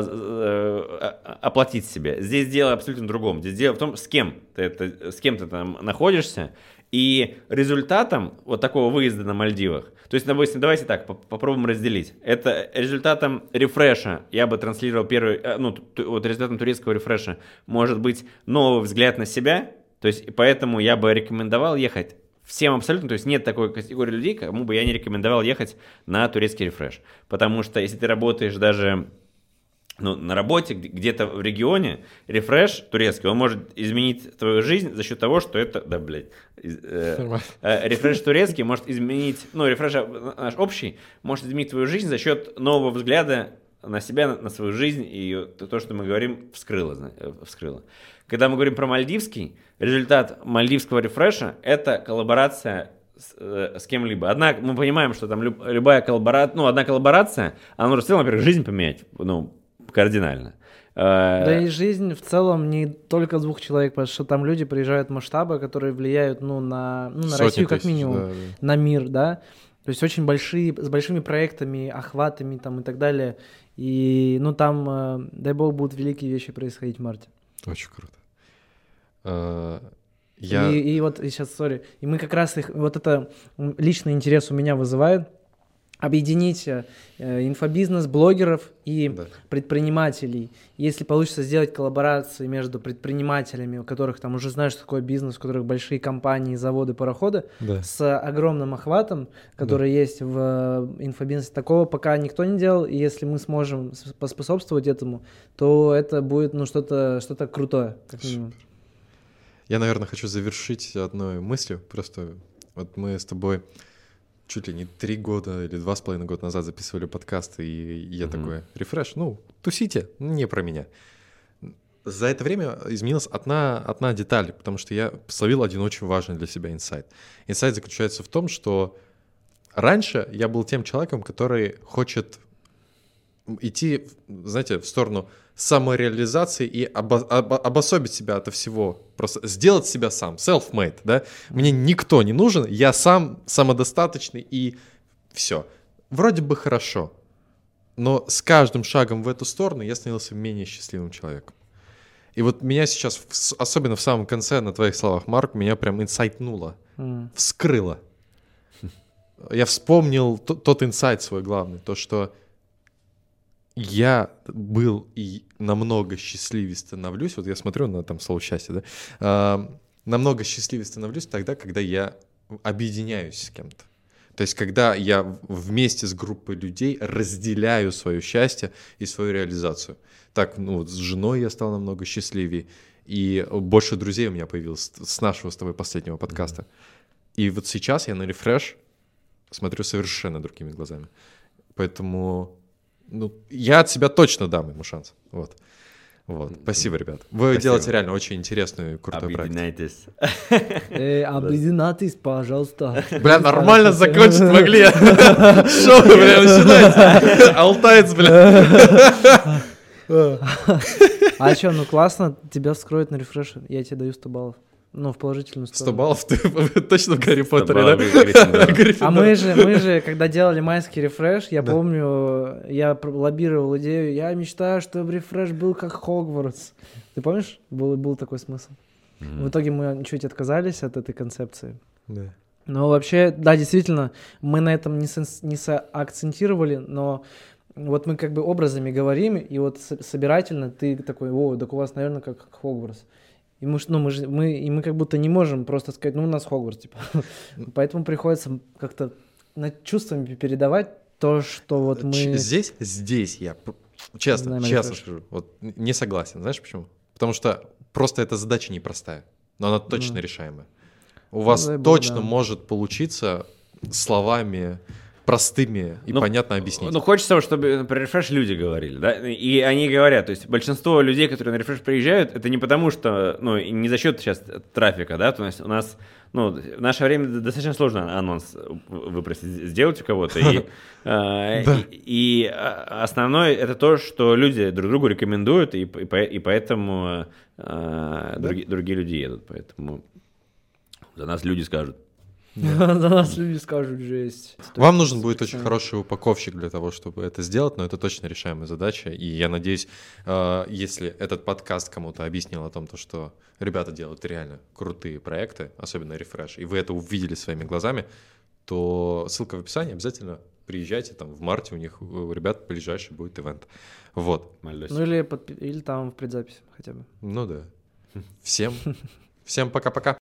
оплатить себе. Здесь дело абсолютно в другом. Здесь дело в том, с кем ты там находишься, и результатом вот такого выезда на Мальдивах, то есть, допустим, давайте так, попробуем разделить. Это результатом рефреша, я бы транслировал вот результатом турецкого рефреша может быть новый взгляд на себя, то есть, поэтому я бы рекомендовал ехать всем абсолютно, то есть нет такой категории людей, кому бы я не рекомендовал ехать на турецкий рефреш, потому что если ты работаешь даже... Ну, на работе, где-то в регионе, рефреш турецкий, он может изменить твою жизнь за счет того, что это... Да, блядь. Рефреш турецкий может изменить... Ну, рефреш наш общий может изменить твою жизнь за счет нового взгляда на себя, на свою жизнь, и то, что мы говорим, вскрыло. Когда мы говорим про мальдивский, результат мальдивского рефреша – это коллаборация с кем-либо. Однако мы понимаем, что там любая коллаборация... Ну, одна коллаборация, она может в целом, во-первых, жизнь поменять, ну, кардинально. Да и жизнь в целом не только 2 человек, потому что там люди приезжают в масштабы, которые влияют, ну, на Россию как минимум, да. на мир, да. То есть очень большие, с большими проектами, охватами там и так далее. И, ну, там, дай бог, будут великие вещи происходить в марте. Очень круто. Я... И вот сейчас, сори, и мы как раз их, вот это личный интерес у меня вызывает, объединить инфобизнес, блогеров и Да. предпринимателей. Если получится сделать коллаборации между предпринимателями, у которых там уже знают, что такое бизнес, у которых большие компании, заводы, пароходы, Да. с огромным охватом, который есть в инфобизнесе, такого пока никто не делал, и если мы сможем поспособствовать этому, то это будет что-то крутое, как минимум. Я, наверное, хочу завершить одной мыслью. Просто вот мы с тобой чуть ли не 3 года или 2,5 года назад записывали подкасты, и я такой, рефреш, тусите, не про меня. За это время изменилась одна деталь, потому что я словил один очень важный для себя инсайт. Инсайт заключается в том, что раньше я был тем человеком, который хочет идти, знаете, в сторону самореализации и обособить себя от всего, просто сделать себя сам, self-made, да, мне никто не нужен, я сам самодостаточный и все. Вроде бы хорошо, но с каждым шагом в эту сторону я становился менее счастливым человеком. И вот меня сейчас, особенно в самом конце, на твоих словах, Марк, меня прям инсайтнуло, вскрыло. Я вспомнил тот инсайт свой главный, то, что я был и намного счастливее становлюсь, вот я смотрю на там слово счастье, да, намного счастливее становлюсь тогда, когда я объединяюсь с кем-то. То есть, когда я вместе с группой людей разделяю свое счастье и свою реализацию. Так, с женой я стал намного счастливее, и больше друзей у меня появилось с нашего с тобой последнего подкаста. И вот сейчас я на рефреш смотрю совершенно другими глазами. Поэтому... я от себя точно дам ему шанс. Вот. Спасибо, ребят. Вы делаете реально очень интересный, крутой проект. Объединяйтесь. Объединяйтесь, пожалуйста. Бля, нормально закончить могли. Что вы, бля, начинаете? Алтаец, бля. А что, классно, тебя вскроют на рефреше, я тебе даю 100 баллов. В положительную 100 сторону. баллов? Ты точно в Гарри Поттере, баллов да? Гриффиндора. А мы же, когда делали майский рефреш, я помню, я лоббировал идею, я мечтаю, чтобы рефреш был как Хогвартс. Ты помнишь? Был такой смысл. В итоге мы чуть отказались от этой концепции. Да. Но вообще, да, действительно, мы на этом не акцентировали, но вот мы как бы образами говорим, и вот собирательно ты такой, так у вас, наверное, как Хогвартс. И мы как будто не можем просто сказать, у нас Хогвартс, типа. Поэтому приходится как-то чувствами передавать то, что вот мы... Здесь я честно скажу, не согласен. Знаешь почему? Потому что просто эта задача непростая, но она точно решаемая. У вас точно может получиться словами простыми и понятно объяснить. Хочется, чтобы про рефреш люди говорили, да, и они говорят, то есть большинство людей, которые на рефреш приезжают, это не потому что, не за счет сейчас трафика, да, то есть у нас, в наше время достаточно сложно анонс выпросить, сделать у кого-то, и основное это то, что люди друг другу рекомендуют, и поэтому другие люди едут, поэтому за нас люди скажут. За нас люди скажут, жесть. Вам нужен будет очень хороший упаковщик для того, чтобы это сделать, но это точно решаемая задача. И я надеюсь, если этот подкаст кому-то объяснил о том, что ребята делают реально крутые проекты, особенно рефреш, и вы это увидели своими глазами, то ссылка в описании, обязательно приезжайте, там в марте у ребят ближайший будет ивент. Вот. Или там в предзаписи хотя бы. Да. Всем пока-пока.